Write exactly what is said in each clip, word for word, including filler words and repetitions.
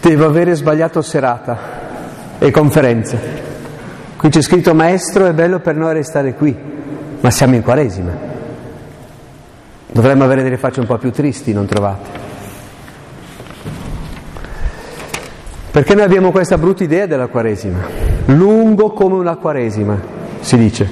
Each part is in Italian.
Devo avere sbagliato serata e conferenza. Qui c'è scritto: maestro, è bello per noi restare qui, ma siamo in Quaresima. Dovremmo avere delle facce un po' più tristi, non trovate? Perché noi abbiamo questa brutta idea della Quaresima, lungo come una Quaresima, si dice.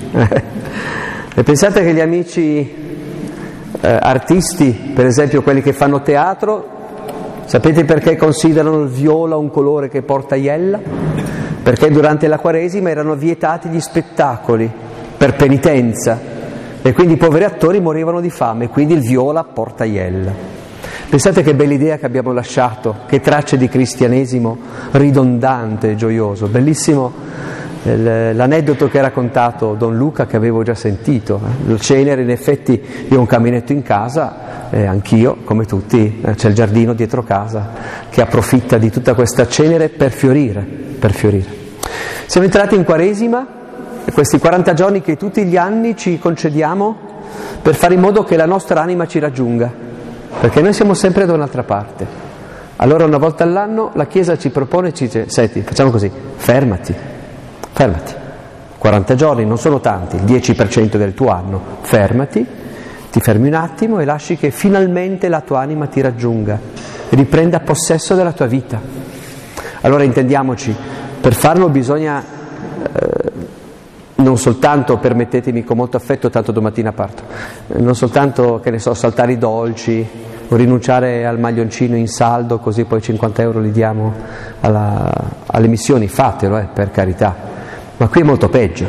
E pensate che gli amici eh, artisti, per esempio quelli che fanno teatro, sapete perché considerano il viola un colore che porta iella? Perché durante la Quaresima erano vietati gli spettacoli per penitenza e quindi i poveri attori morivano di fame, quindi il viola porta iella. Pensate che bella idea che abbiamo lasciato, che tracce di cristianesimo ridondante e gioioso. Bellissimo l'aneddoto che ha raccontato Don Luca, che avevo già sentito. La cenere, in effetti, io ho un caminetto in casa, eh, anch'io, come tutti, eh, c'è il giardino dietro casa che approfitta di tutta questa cenere per fiorire, per fiorire. Siamo entrati in Quaresima, questi quaranta giorni che tutti gli anni ci concediamo per fare in modo che la nostra anima ci raggiunga, perché noi siamo sempre da un'altra parte. Allora una volta all'anno la Chiesa ci propone, ci dice: senti, facciamo così, fermati, fermati, quaranta giorni non sono tanti, il dieci per cento del tuo anno, fermati, ti fermi un attimo e lasci che finalmente la tua anima ti raggiunga, riprenda possesso della tua vita. Allora intendiamoci, per farlo bisogna eh, non soltanto, permettetemi con molto affetto, tanto domattina parto, eh, non soltanto, che ne so, saltare i dolci o rinunciare al maglioncino in saldo così poi cinquanta euro li diamo alla, alle missioni, fatelo, eh, per carità, ma qui è molto peggio.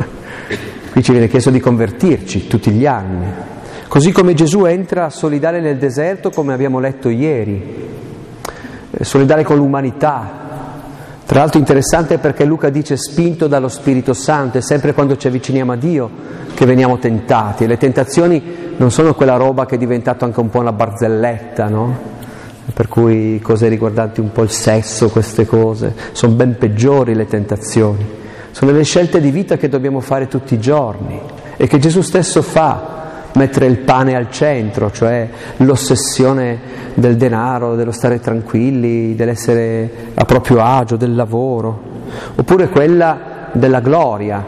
Qui ci viene chiesto di convertirci tutti gli anni, così come Gesù entra a solidare nel deserto, come abbiamo letto ieri, eh, solidare con l'umanità. Tra l'altro interessante perché Luca dice spinto dallo Spirito Santo, è sempre quando ci avviciniamo a Dio che veniamo tentati, e le tentazioni non sono quella roba che è diventato anche un po' una barzelletta, no? Per cui cose riguardanti un po' il sesso, queste cose, sono ben peggiori le tentazioni, sono le scelte di vita che dobbiamo fare tutti i giorni e che Gesù stesso fa. Mettere il pane al centro, cioè l'ossessione del denaro, dello stare tranquilli, dell'essere a proprio agio, del lavoro, oppure quella della gloria,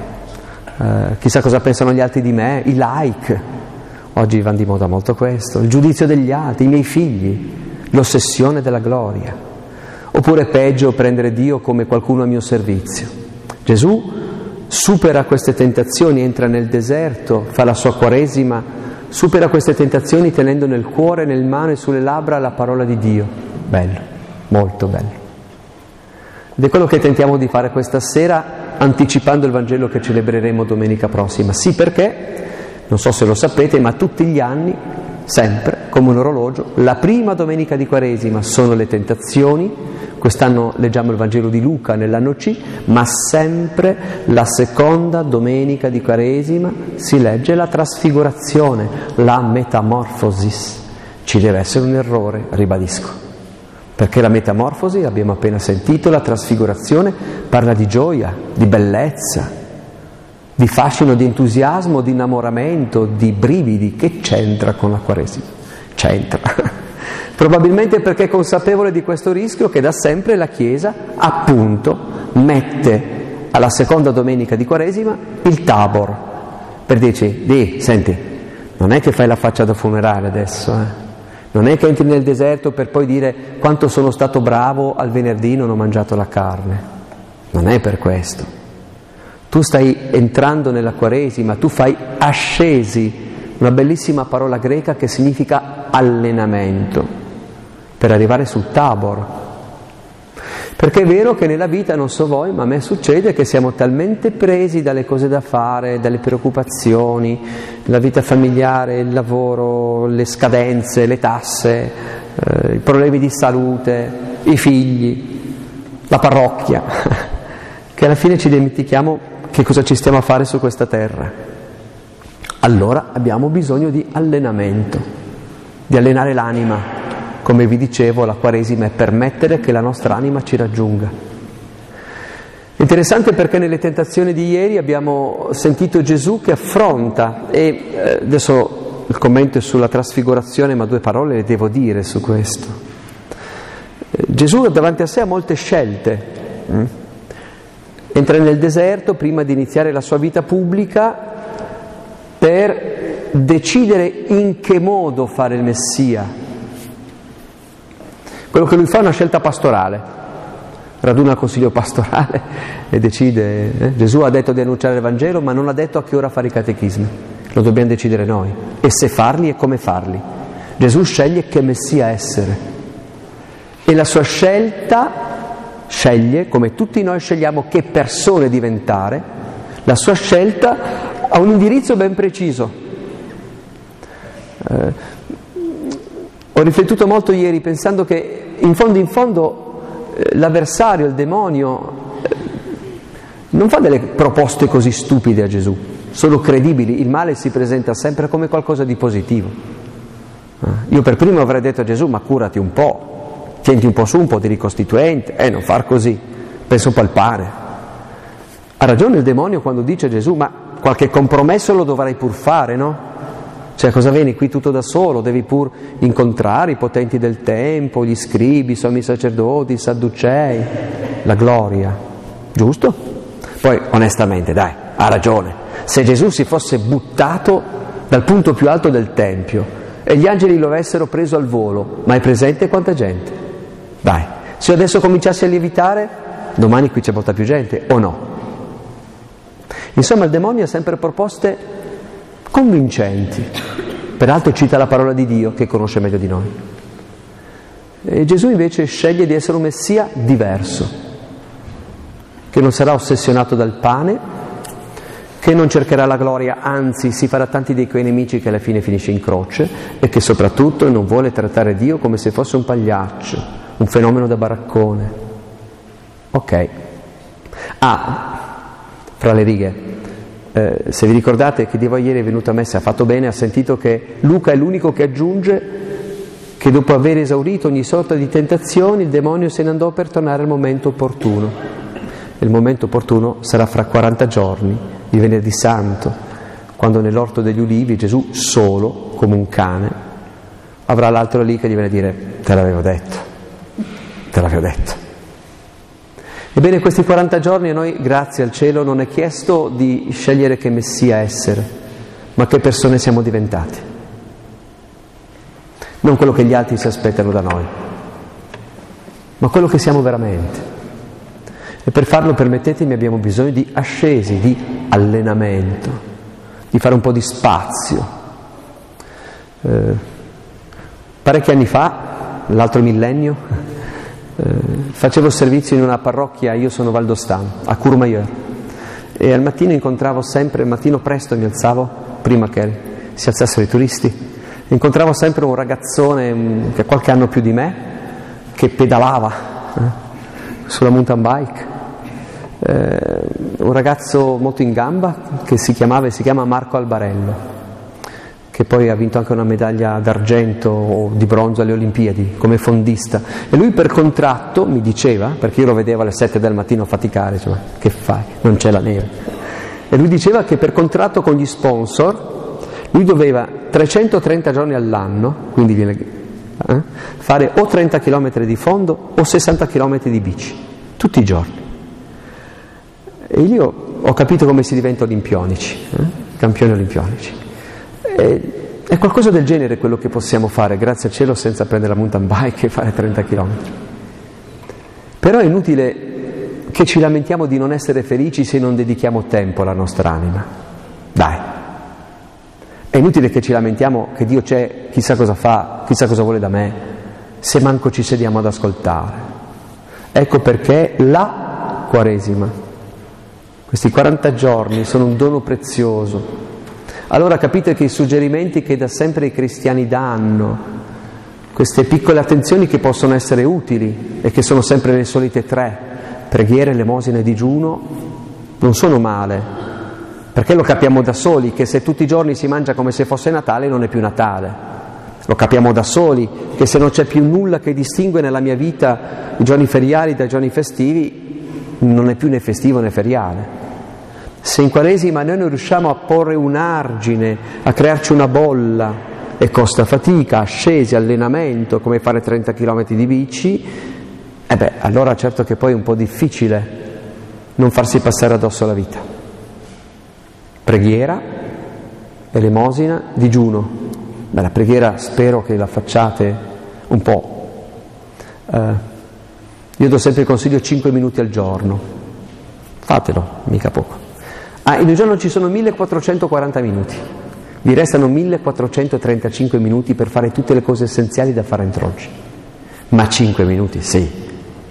eh, chissà cosa pensano gli altri di me, i like, oggi vanno di moda molto questo, il giudizio degli altri, i miei figli, l'ossessione della gloria, oppure peggio prendere Dio come qualcuno a mio servizio. Gesù supera queste tentazioni, entra nel deserto, fa la sua Quaresima, supera queste tentazioni tenendo nel cuore, nel mano e sulle labbra la parola di Dio. Bello, molto bello. Ed è quello che tentiamo di fare questa sera, anticipando il Vangelo che celebreremo domenica prossima. Sì, perché, non so se lo sapete, ma tutti gli anni, sempre, come un orologio, la prima domenica di Quaresima sono le tentazioni. Quest'anno leggiamo il Vangelo di Luca nell'anno C, ma sempre la seconda domenica di Quaresima si legge la trasfigurazione, la metamorfosis. Ci deve essere un errore, ribadisco, perché la metamorfosi, abbiamo appena sentito, la trasfigurazione parla di gioia, di bellezza, di fascino, di entusiasmo, di innamoramento, di brividi. Che c'entra con la Quaresima? C'entra. Probabilmente perché è consapevole di questo rischio che da sempre la Chiesa, appunto, mette alla seconda domenica di Quaresima il Tabor, per dirci: di, senti, non è che fai la faccia da funerale adesso, eh? Non è che entri nel deserto per poi dire quanto sono stato bravo, al venerdì non ho mangiato la carne. Non è per questo. Tu stai entrando nella Quaresima, tu fai ascesi, una bellissima parola greca che significa allenamento, per arrivare sul Tabor. Perché è vero che nella vita, non so voi, ma a me succede che siamo talmente presi dalle cose da fare, dalle preoccupazioni, la vita familiare, il lavoro, le scadenze, le tasse, eh, i problemi di salute, i figli, la parrocchia, che alla fine ci dimentichiamo che cosa ci stiamo a fare su questa terra. Allora abbiamo bisogno di allenamento, di allenare l'anima. Come vi dicevo, la Quaresima è permettere che la nostra anima ci raggiunga. Interessante perché nelle tentazioni di ieri abbiamo sentito Gesù che affronta, e eh, adesso il commento è sulla trasfigurazione, ma due parole le devo dire su questo. Gesù davanti a sé ha molte scelte. Entra nel deserto prima di iniziare la sua vita pubblica per decidere in che modo fare il Messia. Quello che lui fa è una scelta pastorale. Raduna il consiglio pastorale e decide. Eh? Gesù ha detto di annunciare il Vangelo, ma non ha detto a che ora fare i catechismi. Lo dobbiamo decidere noi. E se farli e come farli. Gesù sceglie che Messia essere. E la sua scelta sceglie, come tutti noi scegliamo che persone diventare, la sua scelta ha un indirizzo ben preciso. Eh, ho riflettuto molto ieri pensando che in fondo in fondo l'avversario, il demonio, non fa delle proposte così stupide a Gesù, sono credibili, il male si presenta sempre come qualcosa di positivo. Io per primo avrei detto a Gesù, ma curati un po', tienti un po' su un po' di ricostituente, eh, non far così, pensa un po' al pane. Ha ragione il demonio quando dice a Gesù, ma qualche compromesso lo dovrai pur fare, no? Cioè, cosa vieni qui tutto da solo? Devi pur incontrare i potenti del tempo, gli scribi, i sommi sacerdoti, i sadducei, la gloria. Giusto? Poi, onestamente, dai, ha ragione. Se Gesù si fosse buttato dal punto più alto del Tempio e gli angeli lo avessero preso al volo, ma è presente quanta gente? Dai, se io adesso cominciassi a lievitare, domani qui c'è molta più gente, o no? Insomma, il demonio ha sempre proposte convincenti. Peraltro cita la parola di Dio che conosce meglio di noi. E Gesù invece sceglie di essere un Messia diverso, che non sarà ossessionato dal pane, che non cercherà la gloria, anzi si farà tanti di quei nemici che alla fine finisce in croce, e che soprattutto non vuole trattare Dio come se fosse un pagliaccio, un fenomeno da baraccone. Ok. Ah, fra le righe, Eh, se vi ricordate che di voi ieri è venuto a messa, ha fatto bene, ha sentito che Luca è l'unico che aggiunge che dopo aver esaurito ogni sorta di tentazioni il demonio se ne andò per tornare al momento opportuno. E il momento opportuno sarà fra quaranta giorni, il venerdì santo, quando nell'orto degli ulivi Gesù solo, come un cane, avrà l'altro lì che gli viene a dire te l'avevo detto, te l'avevo detto. Ebbene, questi quaranta giorni a noi, grazie al cielo, non è chiesto di scegliere che Messia essere, ma che persone siamo diventati. Non quello che gli altri si aspettano da noi, ma quello che siamo veramente. E per farlo, permettetemi, abbiamo bisogno di ascesi, di allenamento, di fare un po' di spazio. Eh, parecchi anni fa, l'altro millennio, Eh, facevo servizio in una parrocchia, io sono valdostano, a Courmayeur, e al mattino incontravo sempre, al mattino presto mi alzavo, prima che si alzassero i turisti, incontravo sempre un ragazzone um, che ha qualche anno più di me, che pedalava eh, sulla mountain bike, eh, un ragazzo molto in gamba che si chiamava e si chiama Marco Albarello, che poi ha vinto anche una medaglia d'argento o di bronzo alle Olimpiadi come fondista, e lui per contratto mi diceva, perché io lo vedevo alle sette del mattino faticare, cioè, che fai? Non c'è la neve, e lui diceva che per contratto con gli sponsor lui doveva trecentotrenta giorni all'anno, quindi viene, eh, fare o trenta chilometri di fondo o sessanta chilometri di bici, tutti i giorni. E io ho capito come si diventa olimpionici, eh? campioni olimpionici. È qualcosa del genere quello che possiamo fare, grazie al cielo, senza prendere la mountain bike e fare trenta chilometri. Però è inutile che ci lamentiamo di non essere felici se non dedichiamo tempo alla nostra anima. Dai. È inutile che ci lamentiamo che Dio c'è, chissà cosa fa, chissà cosa vuole da me, se manco ci sediamo ad ascoltare. Ecco perché la Quaresima, questi quaranta giorni, sono un dono prezioso. Allora capite che i suggerimenti che da sempre i cristiani danno, queste piccole attenzioni che possono essere utili e che sono sempre le solite tre, preghiera, elemosina e digiuno, non sono male, perché lo capiamo da soli che se tutti i giorni si mangia come se fosse Natale non è più Natale. Lo capiamo da soli che se non c'è più nulla che distingue nella mia vita i giorni feriali dai giorni festivi, non è più né festivo né feriale. Se in Quaresima noi non riusciamo a porre un argine, a crearci una bolla, e costa fatica, ascesi, allenamento, come fare trenta chilometri di bici, E beh, allora certo che poi è un po' difficile non farsi passare addosso la vita. Preghiera, elemosina, digiuno. Beh, la preghiera spero che la facciate un po'. Eh, io do sempre il consiglio cinque minuti al giorno. Fatelo, mica poco. Ah, in un giorno ci sono millequattrocentoquaranta minuti. Vi restano millequattrocentotrentacinque minuti per fare tutte le cose essenziali da fare entro oggi. Ma cinque minuti, sì.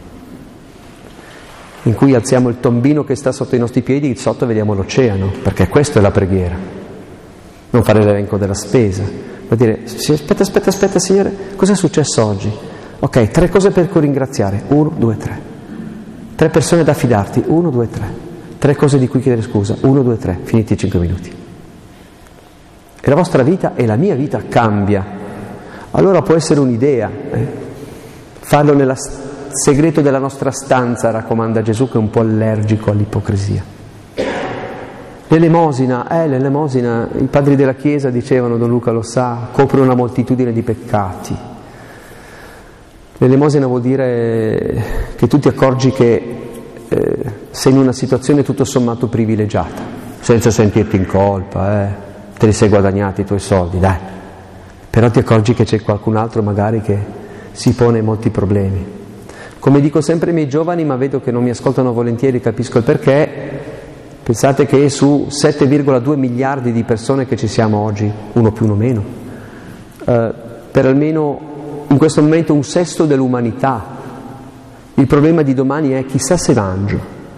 In cui alziamo il tombino che sta sotto i nostri piedi, sotto vediamo l'oceano, perché questa è la preghiera. Non fare l'elenco della spesa, ma dire, aspetta, aspetta, aspetta, Signore, cosa è successo oggi? Ok, tre cose per cui ringraziare, uno, due, tre. Tre persone da affidarti, uno, due, tre. Tre cose di cui chiedere scusa, uno, due, tre, finiti i cinque minuti. E la vostra vita e la mia vita cambia. Allora può essere un'idea, eh? Farlo nella segreto della nostra stanza, raccomanda Gesù, che è un po' allergico all'ipocrisia. L'elemosina, eh, l'elemosina, i padri della Chiesa dicevano, Don Luca lo sa, copre una moltitudine di peccati. L'elemosina vuol dire che tu ti accorgi che eh, sei in una situazione tutto sommato privilegiata, senza sentirti in colpa, eh, te li sei guadagnati i tuoi soldi, dai. Però ti accorgi che c'è qualcun altro magari che si pone molti problemi. Come dico sempre ai miei giovani, ma vedo che non mi ascoltano volentieri, capisco il perché, pensate che su sette virgola due miliardi di persone che ci siamo oggi, uno più uno meno, eh, per almeno in questo momento un sesto dell'umanità, il problema di domani è chissà se mangio.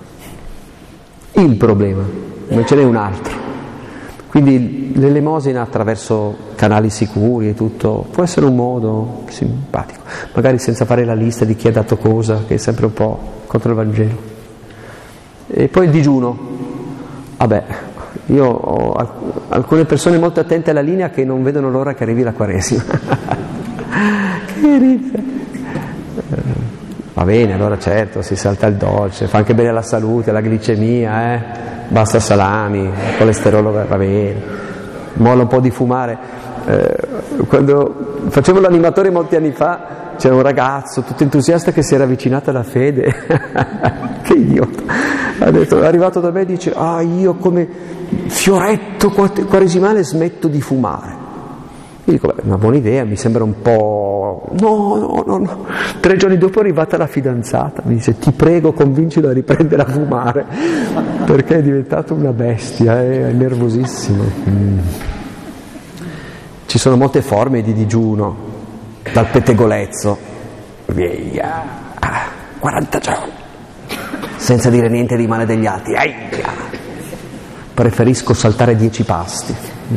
Il problema, non ce n'è un altro. Quindi l'elemosina attraverso canali sicuri e tutto può essere un modo simpatico, magari senza fare la lista di chi ha dato cosa, che è sempre un po' contro il Vangelo. E poi il digiuno. Vabbè, io ho alcune persone molto attente alla linea che non vedono l'ora che arrivi la Quaresima. Che riffa! Va bene, allora certo, si salta il dolce, fa anche bene alla salute, alla glicemia, eh? Basta salami, il colesterolo va bene, molla un po' di fumare. Eh, quando facevo l'animatore molti anni fa c'era un ragazzo tutto entusiasta che si era avvicinato alla fede. Che idiota! Ha detto, è arrivato da me e dice, ah, io come fioretto quaresimale smetto di fumare. Io dico, beh, una buona idea, mi sembra un po'... No, no, no, no. Tre giorni dopo è arrivata la fidanzata, mi dice, ti prego, convincilo a riprendere a fumare, perché è diventato una bestia, è nervosissimo. Mm. Ci sono molte forme di digiuno, dal pettegolezzo, via, quaranta giorni, senza dire niente di male degli altri, aia. Preferisco saltare dieci pasti. Mm.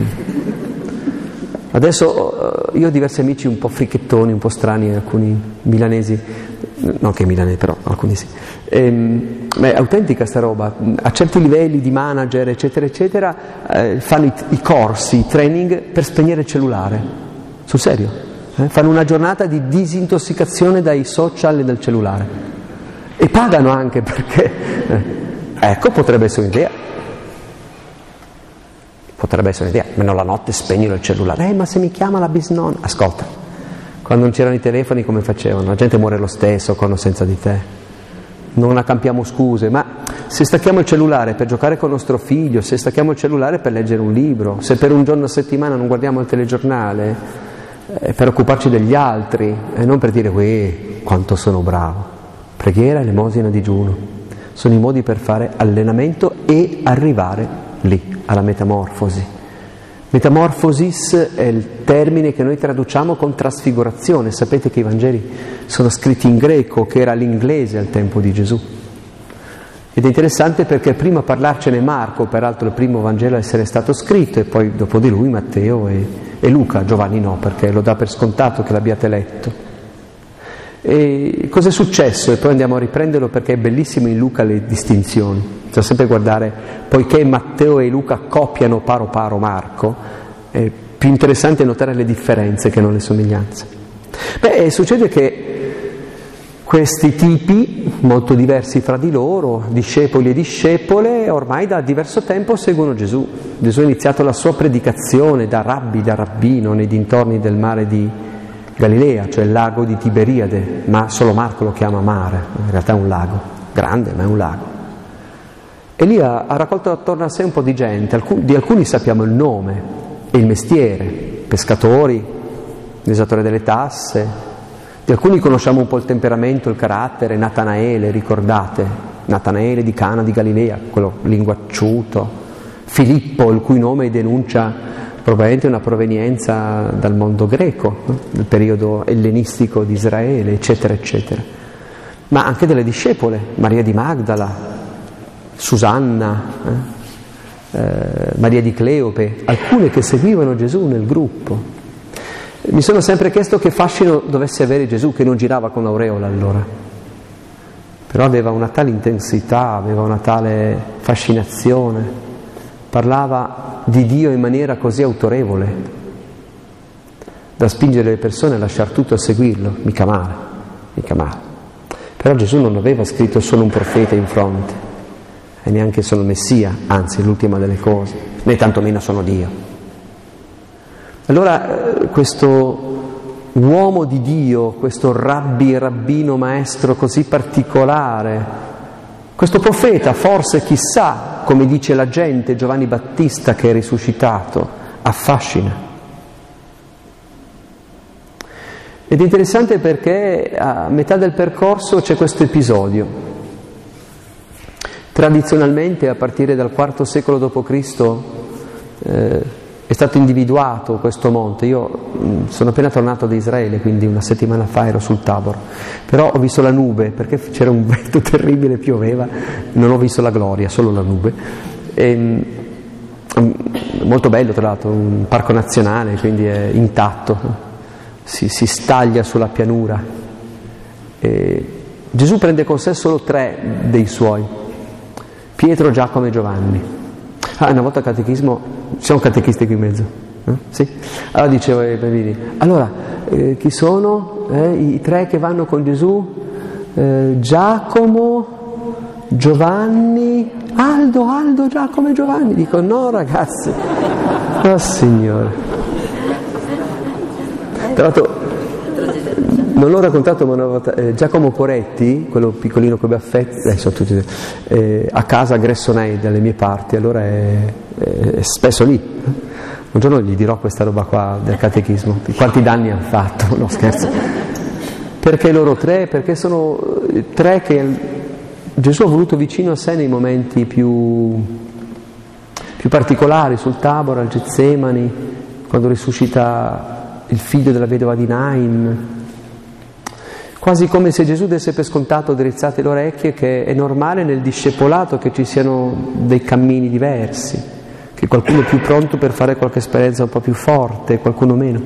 Adesso io ho diversi amici un po' fricchettoni, un po' strani, alcuni milanesi, non che milanesi però, alcuni sì. Ehm, ma è autentica sta roba, a certi livelli di manager eccetera eccetera eh, fanno i, i corsi, i training per spegnere il cellulare, sul serio, eh? Fanno una giornata di disintossicazione dai social e dal cellulare e pagano anche perché, eh, ecco, potrebbe essere un'idea. Potrebbe essere un'idea, almeno la notte spegnilo il cellulare. Eh, ma se mi chiama la bisnonna... Ascolta, quando non c'erano i telefoni come facevano? La gente muore lo stesso con o senza di te. Non accampiamo scuse, ma se stacchiamo il cellulare per giocare con nostro figlio, se stacchiamo il cellulare per leggere un libro, se per un giorno a settimana non guardiamo il telegiornale, eh, per occuparci degli altri, e eh, non per dire, uè, quanto sono bravo. Preghiera, elemosina, digiuno. Sono i modi per fare allenamento e arrivare lì, alla metamorfosi. Metamorfosis è il termine che noi traduciamo con trasfigurazione. Sapete che i Vangeli sono scritti in greco, che era l'inglese al tempo di Gesù. Ed è interessante perché prima a parlarcene Marco, peraltro il primo Vangelo a essere stato scritto, e poi dopo di lui Matteo e, e Luca, Giovanni no, perché lo dà per scontato che l'abbiate letto. E cos'è successo? E poi andiamo a riprenderlo perché è bellissimo in Luca le distinzioni. Bisogna sempre guardare, poiché Matteo e Luca copiano paro paro Marco, è più interessante notare le differenze che non le somiglianze. Beh, succede che questi tipi, molto diversi fra di loro, discepoli e discepole, ormai da diverso tempo seguono Gesù. Gesù ha iniziato la sua predicazione da rabbi, da rabbino, nei dintorni del mare di Galilea, cioè il lago di Tiberiade, ma solo Marco lo chiama mare, in realtà è un lago, grande ma è un lago. E lì ha, ha raccolto attorno a sé un po' di gente, alcun, di alcuni sappiamo il nome e il mestiere, pescatori, l'esattore delle tasse, di alcuni conosciamo un po' il temperamento, il carattere, Natanaele, ricordate? Natanaele di Cana di Galilea, quello linguacciuto, Filippo, il cui nome denuncia probabilmente una provenienza dal mondo greco, no? Del periodo ellenistico di Israele, eccetera, eccetera. Ma anche delle discepole, Maria di Magdala, Susanna, eh? Eh, Maria di Cleope, alcune che seguivano Gesù nel gruppo. Mi sono sempre chiesto che fascino dovesse avere Gesù, che non girava con l'aureola allora, però aveva una tale intensità, aveva una tale fascinazione, parlava di Dio in maniera così autorevole da spingere le persone a lasciare tutto a seguirlo, mica male, mica male. Però Gesù non aveva scritto solo un profeta in fronte, e neanche sono il Messia, anzi l'ultima delle cose, né tantomeno sono Dio. Allora questo uomo di Dio, questo rabbi, rabbino, maestro così particolare, questo profeta, forse chissà, come dice la gente, Giovanni Battista che è risuscitato, affascina. Ed è interessante perché a metà del percorso c'è questo episodio. Tradizionalmente, a partire dal quarto secolo dopo Cristo, eh, è stato individuato questo monte. Io mh, sono appena tornato da Israele, quindi una settimana fa ero sul Tabor, però ho visto la nube, perché c'era un vento terribile, pioveva, non ho visto la gloria, solo la nube. E, mh, molto bello tra l'altro, un parco nazionale, quindi è intatto, si, si staglia sulla pianura. E Gesù prende con sé solo tre dei suoi, Pietro, Giacomo e Giovanni. Ah, una volta al catechismo, ci sono catechisti qui in mezzo? Eh? Sì? Allora dicevo ai bambini, allora, eh, chi sono eh, i tre che vanno con Gesù? Eh, Giacomo, Giovanni, Aldo, Aldo, Giacomo e Giovanni. Dico, no ragazzi, oh Signore. Tra l'altro, non l'ho raccontato, ma una volta, eh, Giacomo Poretti, quello piccolino con i baffetti, eh, sono tutti, eh, a casa a Gressonei, dalle mie parti, allora è, è spesso lì. Un giorno gli dirò questa roba qua del catechismo, quanti danni hanno fatto, no scherzo. Perché loro tre? Perché sono tre che Gesù ha voluto vicino a sé nei momenti più, più particolari, sul Tabor, al Getsemani, quando risuscita il figlio della vedova di Nain. Quasi come se Gesù desse per scontato, drizzate le orecchie, che è normale nel discepolato che ci siano dei cammini diversi, che qualcuno è più pronto per fare qualche esperienza un po' più forte, qualcuno meno.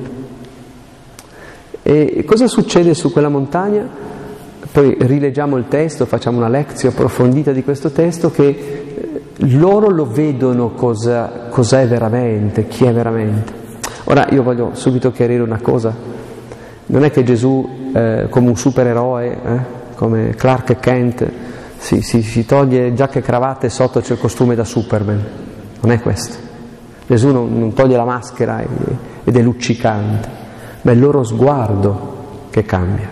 E cosa succede su quella montagna? Poi rileggiamo il testo, facciamo una lezione approfondita di questo testo, che loro lo vedono cosa, cosa è veramente, chi è veramente. Ora io voglio subito chiarire una cosa, non è che Gesù Eh, come un supereroe, eh, come Clark Kent, si, si, si toglie giacca e cravatta e sotto c'è il costume da Superman. Non è questo. Gesù non, non toglie la maschera ed è luccicante, ma è il loro sguardo che cambia.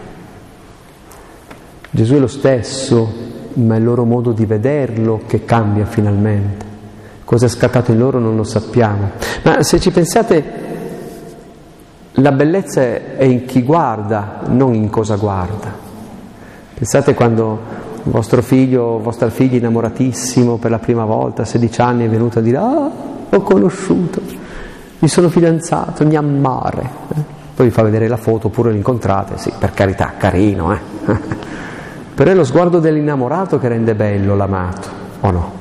Gesù è lo stesso, ma è il loro modo di vederlo che cambia finalmente. Cosa è scattato in loro non lo sappiamo. Ma se ci pensate, la bellezza è in chi guarda, non in cosa guarda. Pensate quando il vostro figlio, vostra figlia innamoratissimo per la prima volta, a sedici anni, è venuto a dire ah, ho conosciuto, mi sono fidanzato, mi ammare. Eh? Poi vi fa vedere la foto, oppure l'incontrate, sì, per carità, carino, eh? Però è lo sguardo dell'innamorato che rende bello l'amato, o no?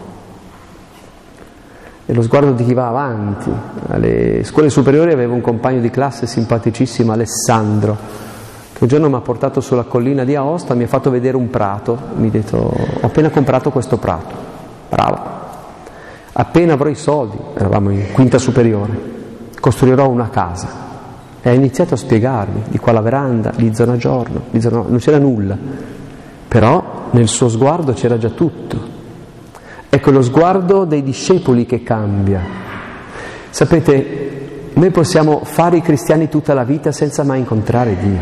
È lo sguardo di chi va avanti. Alle scuole superiori avevo un compagno di classe simpaticissimo, Alessandro, che un giorno mi ha portato sulla collina di Aosta, mi ha fatto vedere un prato, mi ha detto ho appena comprato questo prato, bravo, appena avrò i soldi, eravamo in quinta superiore, costruirò una casa. E ha iniziato a spiegarmi di qua la veranda, di zona giorno, di zona... non c'era nulla, però nel suo sguardo c'era già tutto. Ecco lo sguardo dei discepoli che cambia. Sapete, noi possiamo fare i cristiani tutta la vita senza mai incontrare Dio.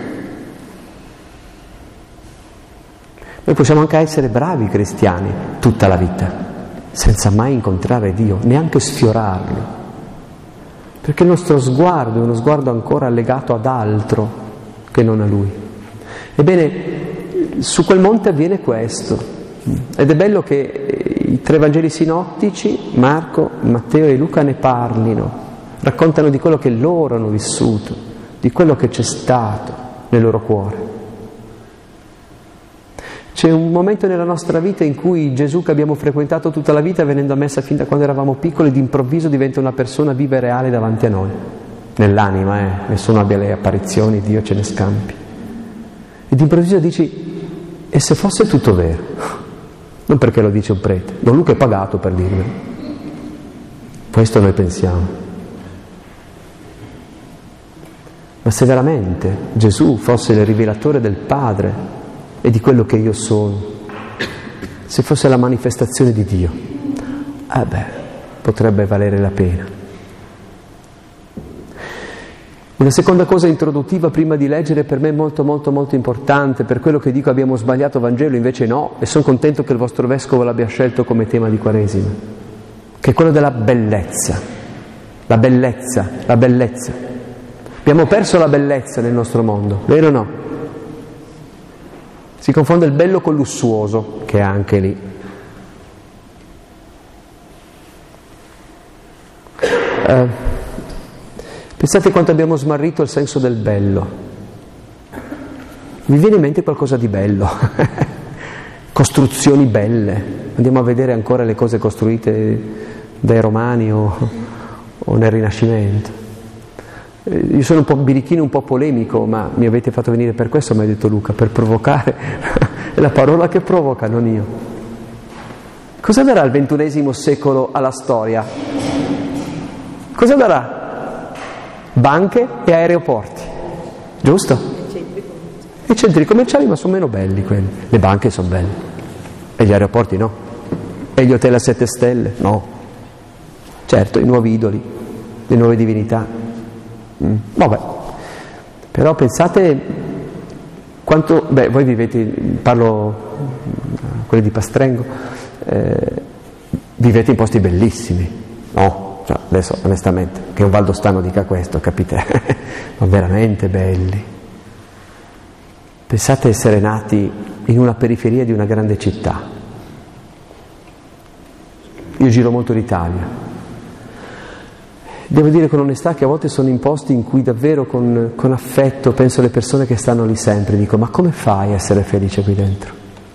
Noi possiamo anche essere bravi cristiani tutta la vita senza mai incontrare Dio, neanche sfiorarlo, perché il nostro sguardo è uno sguardo ancora legato ad altro che non a Lui. Ebbene, su quel monte avviene questo. Ed è bello che i tre Vangeli sinottici, Marco, Matteo e Luca, ne parlino, raccontano di quello che loro hanno vissuto, di quello che c'è stato nel loro cuore. C'è un momento nella nostra vita in cui Gesù, che abbiamo frequentato tutta la vita venendo a messa fin da quando eravamo piccoli, d'improvviso diventa una persona viva e reale davanti a noi, nell'anima, eh? Nessuno abbia le apparizioni, Dio ce ne scampi. E d'improvviso dici, e se fosse tutto vero? Non perché lo dice un prete, Don Luca è pagato per dirvelo. Questo noi pensiamo. Ma se veramente Gesù fosse il rivelatore del Padre e di quello che io sono, se fosse la manifestazione di Dio, eh beh, potrebbe valere la pena. Una seconda cosa introduttiva prima di leggere, per me molto molto molto importante, per quello che dico abbiamo sbagliato Vangelo, invece no, e sono contento che il vostro Vescovo l'abbia scelto come tema di Quaresima, che è quello della bellezza, la bellezza, la bellezza. Abbiamo perso la bellezza nel nostro mondo, vero o no? Si confonde il bello col lussuoso, che è anche lì. Uh, Pensate quanto abbiamo smarrito il senso del bello. Mi viene in mente qualcosa di bello. Costruzioni belle. Andiamo a vedere ancora le cose costruite dai Romani o, o nel Rinascimento. Io sono un po' birichino, un po' polemico, ma mi avete fatto venire per questo, mi ha detto Luca, per provocare. È la parola che provoca, non io. Cosa darà il ventunesimo secolo alla storia? Cosa darà? Banche e aeroporti, giusto? I centri commerciali, ma sono meno belli quelli. Le banche sono belle e gli aeroporti no, e gli hotel a sette stelle no. Certo, i nuovi idoli, le nuove divinità, mm. Vabbè, però pensate quanto, beh, voi vivete, parlo quelli di Pastrengo, eh, vivete in posti bellissimi, no? Cioè, adesso onestamente che un valdostano dica questo, capite? Ma veramente belli. Pensate a essere nati in una periferia di una grande città. Io giro molto l'Italia, devo dire con onestà che a volte sono in posti in cui davvero con, con affetto penso alle persone che stanno lì sempre, dico ma come fai a essere felice qui dentro?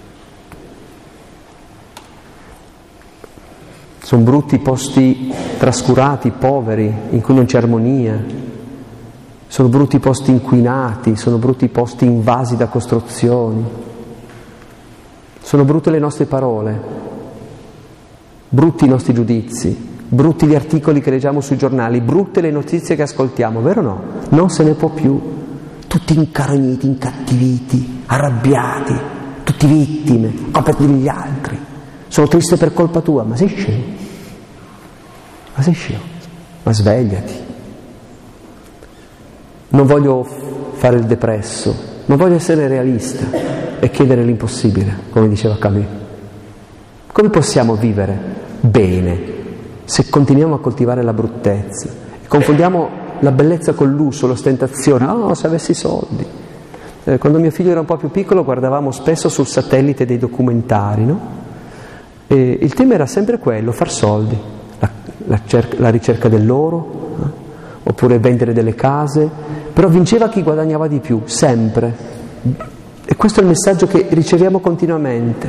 Sono brutti posti trascurati, poveri, in cui non c'è armonia. Sono brutti posti inquinati, sono brutti posti invasi da costruzioni. Sono brutte le nostre parole, brutti i nostri giudizi, brutti gli articoli che leggiamo sui giornali, brutte le notizie che ascoltiamo, vero o no? Non se ne può più. Tutti incarogniti, incattiviti, arrabbiati, tutti vittime, colpa degli altri. Sono triste per colpa tua, ma sei scemo, ma sei scemo, ma svegliati. Non voglio fare il depresso, ma voglio essere realista e chiedere l'impossibile, come diceva Camus. Come possiamo vivere bene se continuiamo a coltivare la bruttezza e confondiamo la bellezza con l'uso, l'ostentazione? Oh, se avessi soldi. Eh, quando mio figlio era un po' più piccolo guardavamo spesso sul satellite dei documentari, no? E il tema era sempre quello, far soldi, la, la, cerca, la ricerca dell'oro, eh? Oppure vendere delle case, però vinceva chi guadagnava di più, sempre. E questo è il messaggio che riceviamo continuamente.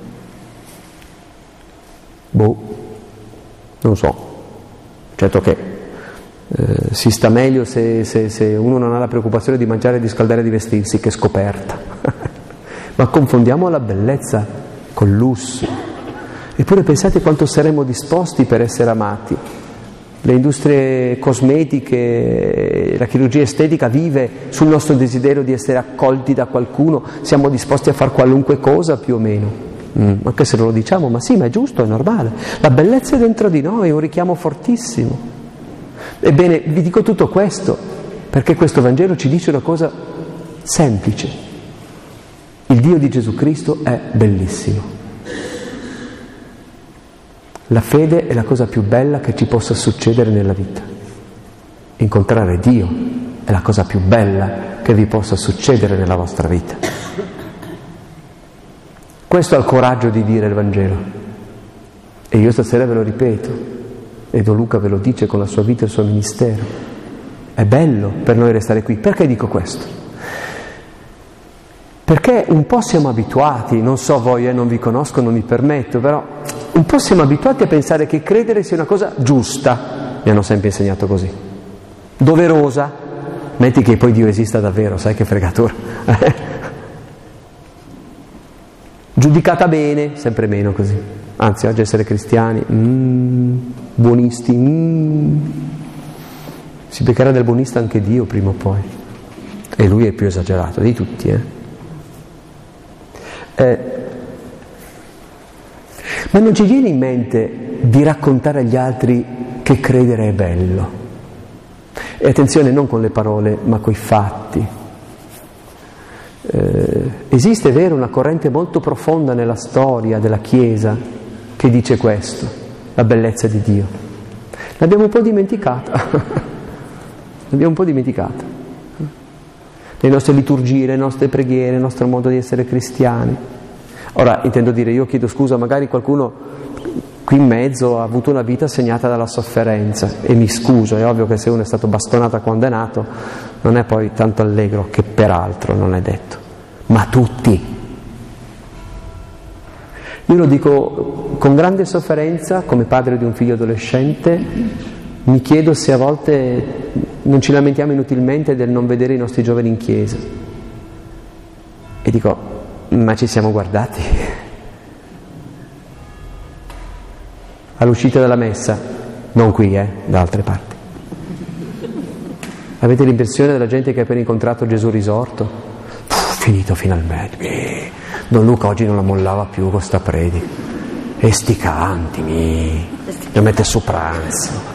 Boh, non so, certo che eh, si sta meglio se, se, se uno non ha la preoccupazione di mangiare, di scaldare e di vestirsi, che scoperta. Ma confondiamo la bellezza col lusso. Eppure pensate quanto saremmo disposti per essere amati. Le industrie cosmetiche, la chirurgia estetica vive sul nostro desiderio di essere accolti da qualcuno, siamo disposti a fare qualunque cosa più o meno, mm, anche se non lo diciamo, ma sì, ma è giusto, è normale. La bellezza è dentro di noi, è un richiamo fortissimo. Ebbene, vi dico tutto questo perché questo Vangelo ci dice una cosa semplice. Il Dio di Gesù Cristo è bellissimo. La fede è la cosa più bella che ci possa succedere nella vita. Incontrare Dio è la cosa più bella che vi possa succedere nella vostra vita. Questo ha il coraggio di dire il Vangelo. E io stasera ve lo ripeto. E Don Luca ve lo dice con la sua vita e il suo ministero. È bello per noi restare qui. Perché dico questo? Perché un po' siamo abituati, non so voi, eh, non vi conosco, non mi permetto, però un po' siamo abituati a pensare che credere sia una cosa giusta. Mi hanno sempre insegnato così. Doverosa. Metti che poi Dio esista davvero, sai che fregatura. Giudicata bene, sempre meno così. Anzi, oggi essere cristiani, mm, buonisti, mm, si beccherà del buonista anche Dio prima o poi. E lui è il più esagerato di tutti, eh. Eh, ma non ci viene in mente di raccontare agli altri che credere è bello. E attenzione, non con le parole, ma coi fatti. Eh, esiste, è vero, una corrente molto profonda nella storia della Chiesa che dice questo, la bellezza di Dio. L'abbiamo un po' dimenticata. L'abbiamo un po' dimenticata. Le nostre liturgie, le nostre preghiere, il nostro modo di essere cristiani. Ora, intendo dire, io chiedo scusa, magari qualcuno qui in mezzo ha avuto una vita segnata dalla sofferenza, e mi scuso, è ovvio che se uno è stato bastonato quando è nato, non è poi tanto allegro, che peraltro non è detto. Ma tutti. Io lo dico con grande sofferenza, come padre di un figlio adolescente, mi chiedo se a volte non ci lamentiamo inutilmente del non vedere i nostri giovani in chiesa. E dico, ma ci siamo guardati? All'uscita dalla messa, non qui, eh, da altre parti. Avete l'impressione della gente che ha appena incontrato Gesù risorto? Puh, finito finalmente. Don Luca oggi non la mollava più con sta predica. E sti canti, mi lo mette su pranzo.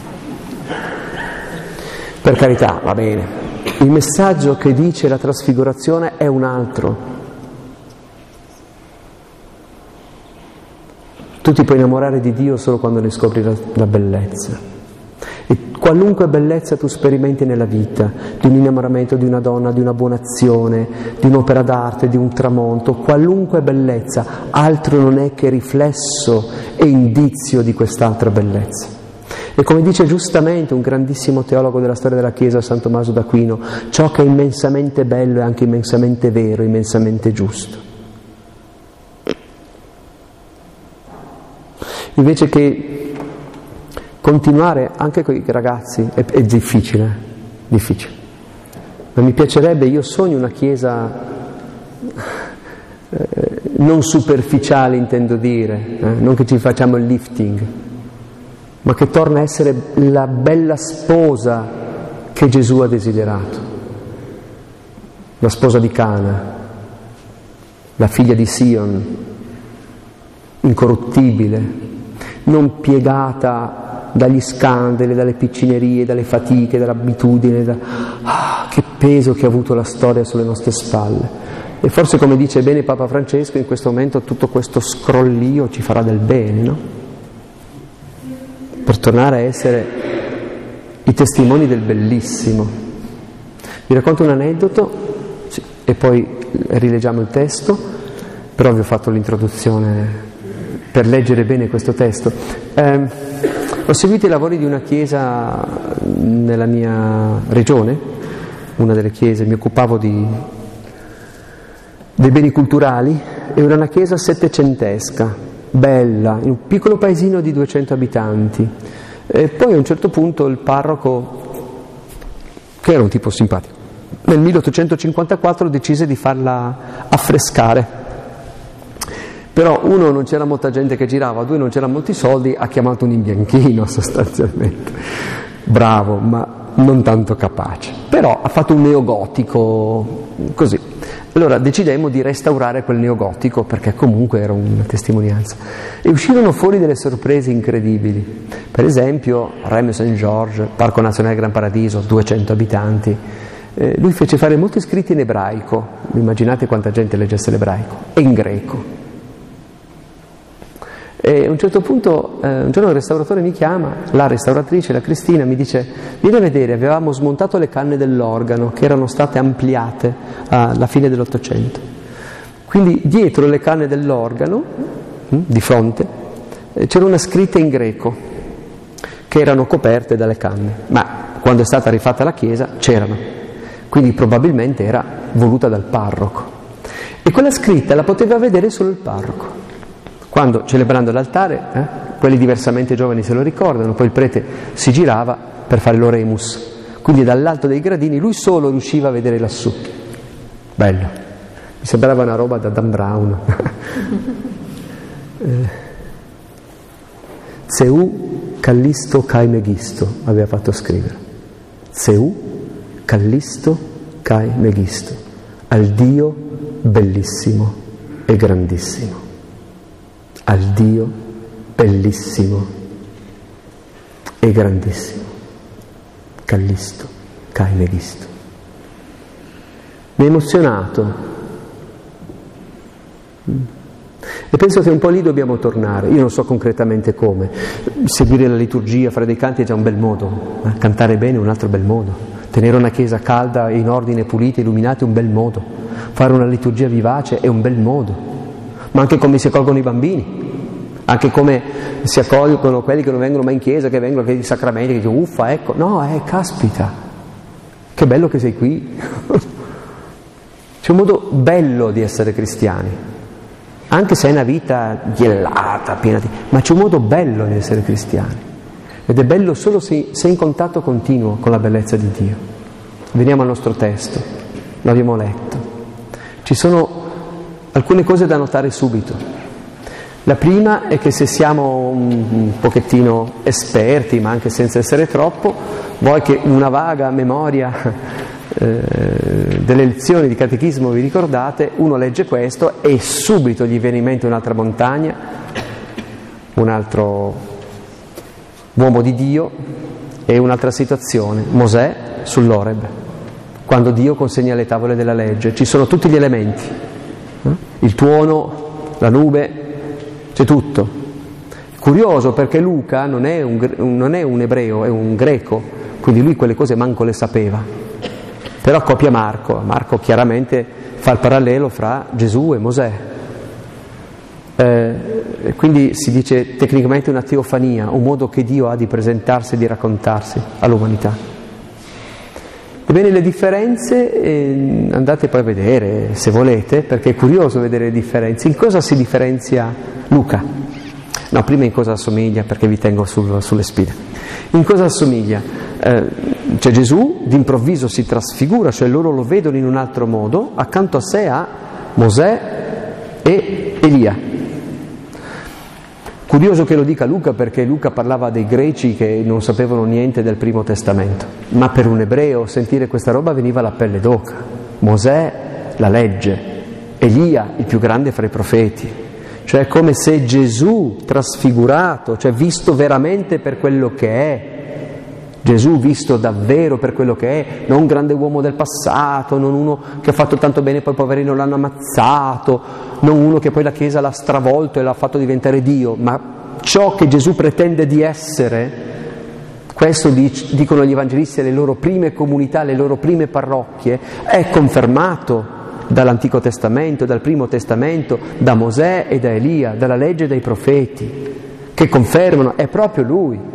Per carità, va bene. Il messaggio che dice la trasfigurazione è un altro. Tu ti puoi innamorare di Dio solo quando ne scopri la, la bellezza. E qualunque bellezza tu sperimenti nella vita, di un innamoramento di una donna, di una buona azione, di un'opera d'arte, di un tramonto, qualunque bellezza, altro non è che riflesso e indizio di quest'altra bellezza. E come dice giustamente un grandissimo teologo della storia della Chiesa, San Tommaso d'Aquino, ciò che è immensamente bello è anche immensamente vero, immensamente giusto. Invece che continuare anche con i ragazzi, è, è difficile, eh? difficile. Ma mi piacerebbe, io sogno una Chiesa eh, non superficiale, intendo dire, eh? non che ci facciamo il lifting, ma che torna a essere la bella sposa che Gesù ha desiderato, la sposa di Cana, la figlia di Sion, incorruttibile, non piegata dagli scandali, dalle piccinerie, dalle fatiche, dall'abitudine, da... ah, che peso che ha avuto la storia sulle nostre spalle. E forse, come dice bene Papa Francesco, in questo momento tutto questo scrollio ci farà del bene, no? Per tornare a essere i testimoni del bellissimo. Vi racconto un aneddoto sì, e poi rileggiamo il testo, però vi ho fatto l'introduzione per leggere bene questo testo. Eh, ho seguito i lavori di una chiesa nella mia regione, una delle chiese, mi occupavo di, dei beni culturali, e era una chiesa settecentesca, bella, in un piccolo paesino di duecento abitanti. E poi a un certo punto il parroco, che era un tipo simpatico, nel milleottocentocinquantaquattro decise di farla affrescare. Però uno, non c'era molta gente che girava, due, non c'erano molti soldi, ha chiamato un imbianchino sostanzialmente. Bravo, ma non tanto capace. Però ha fatto un neogotico così. Allora decidemmo di restaurare quel neogotico, perché comunque era una testimonianza. E uscirono fuori delle sorprese incredibili. Per esempio, Rémy Saint-Georges, Parco Nazionale Gran Paradiso, duecento abitanti, eh, lui fece fare molti scritti in ebraico, immaginate quanta gente leggesse l'ebraico, e in greco. E a un certo punto, eh, un giorno il restauratore mi chiama, la restauratrice, la Cristina, mi dice: vieni a vedere, avevamo smontato le canne dell'organo che erano state ampliate alla fine dell'Ottocento. Quindi dietro le canne dell'organo, hm, di fronte, eh, c'era una scritta in greco, che erano coperte dalle canne, ma quando è stata rifatta la chiesa c'erano, quindi probabilmente era voluta dal parroco. E quella scritta la poteva vedere solo il parroco. Quando, celebrando l'altare, eh, quelli diversamente giovani se lo ricordano, poi il prete si girava per fare l'oremus, quindi dall'alto dei gradini lui solo riusciva a vedere lassù. Bello, mi sembrava una roba da Dan Brown. eh, Zeu Callisto Kai Megisto aveva fatto scrivere. Zeu Callisto Kai Megisto, al Dio bellissimo e grandissimo. Al Dio bellissimo e grandissimo, Callisto, Kai Megisto. Mi ha emozionato e penso che un po' lì dobbiamo tornare. Io non so concretamente come. Seguire la liturgia, fare dei canti è già un bel modo, eh? Cantare bene è un altro bel modo, tenere una chiesa calda, in ordine, pulita, illuminata è un bel modo, fare una liturgia vivace è un bel modo. Ma anche come si accolgono i bambini, anche come si accolgono quelli che non vengono mai in chiesa, che vengono ai sacramenti, che dicono uffa, ecco, no, eh, caspita, che bello che sei qui. C'è un modo bello di essere cristiani, anche se è una vita ghiellata, piena di... ma c'è un modo bello di essere cristiani, ed è bello solo se, se in contatto continuo con la bellezza di Dio. Veniamo al nostro testo, l'abbiamo letto, ci sono alcune cose da notare subito. La prima è che se siamo un pochettino esperti, ma anche senza essere troppo, voi che una vaga memoria eh, delle lezioni di catechismo vi ricordate, uno legge questo e subito gli viene in mente un'altra montagna, un altro uomo di Dio e un'altra situazione, Mosè sull'Oreb, quando Dio consegna le tavole della legge. Ci sono tutti gli elementi. Il tuono, la nube, c'è tutto. Curioso perché Luca non è un, non è un ebreo, è un greco, quindi lui quelle cose manco le sapeva. Però copia Marco, Marco chiaramente fa il parallelo fra Gesù e Mosè. Eh, quindi si dice tecnicamente una teofania, un modo che Dio ha di presentarsi e di raccontarsi all'umanità. Ebbene, le differenze eh, andate poi a vedere se volete, perché è curioso vedere le differenze. In cosa si differenzia Luca? No, prima in cosa assomiglia, perché vi tengo sul, sulle spine. In cosa assomiglia? Eh, cioè Gesù d'improvviso si trasfigura, cioè loro lo vedono in un altro modo, accanto a sé ha Mosè e Elia. Curioso che lo dica Luca, perché Luca parlava dei greci che non sapevano niente del Primo Testamento, ma per un ebreo sentire questa roba veniva la pelle d'oca. Mosè, la legge, Elia, il più grande fra i profeti, cioè come se Gesù trasfigurato, cioè visto veramente per quello che è, Gesù visto davvero per quello che è, non un grande uomo del passato, non uno che ha fatto tanto bene e poi i poverino l'hanno ammazzato, non uno che poi la Chiesa l'ha stravolto e l'ha fatto diventare Dio, ma ciò che Gesù pretende di essere, questo dicono gli evangelisti alle loro prime comunità, alle loro prime parrocchie, è confermato dall'Antico Testamento, dal Primo Testamento, da Mosè e da Elia, dalla legge e dai profeti, che confermano, è proprio Lui.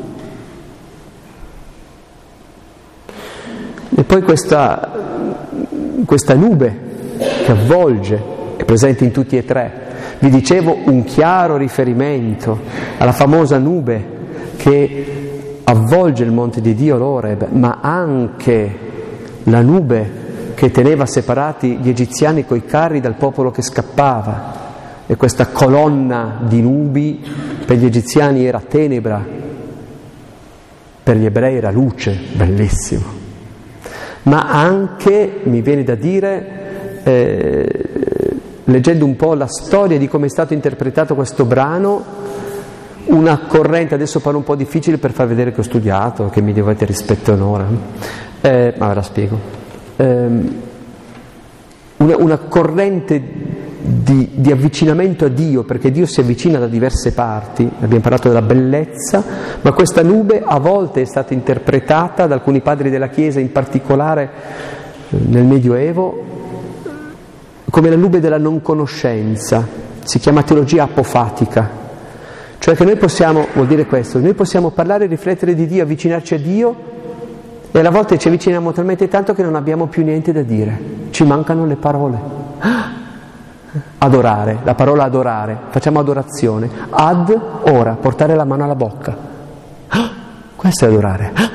E poi questa, questa nube che avvolge, è presente in tutti e tre. Vi dicevo un chiaro riferimento alla famosa nube che avvolge il monte di Dio, l'Oreb, ma anche la nube che teneva separati gli egiziani coi carri dal popolo che scappava. E questa colonna di nubi per gli egiziani era tenebra, per gli ebrei era luce, bellissimo. Ma anche, mi viene da dire, eh, leggendo un po' la storia di come è stato interpretato questo brano, una corrente, adesso parlo un po' difficile per far vedere che ho studiato, che mi dovete rispetto e onore, eh, ma ve la spiego. Eh, una, una corrente Di, di avvicinamento a Dio, perché Dio si avvicina da diverse parti, abbiamo parlato della bellezza, ma questa nube a volte è stata interpretata da alcuni padri della Chiesa, in particolare nel Medioevo, come la nube della non conoscenza, si chiama teologia apofatica, cioè che noi possiamo, vuol dire questo, noi possiamo parlare e riflettere di Dio, avvicinarci a Dio, e alle volte ci avviciniamo talmente tanto che non abbiamo più niente da dire, ci mancano le parole. Adorare, la parola adorare, facciamo adorazione, ad ora, portare la mano alla bocca, ah, questo è adorare, ah.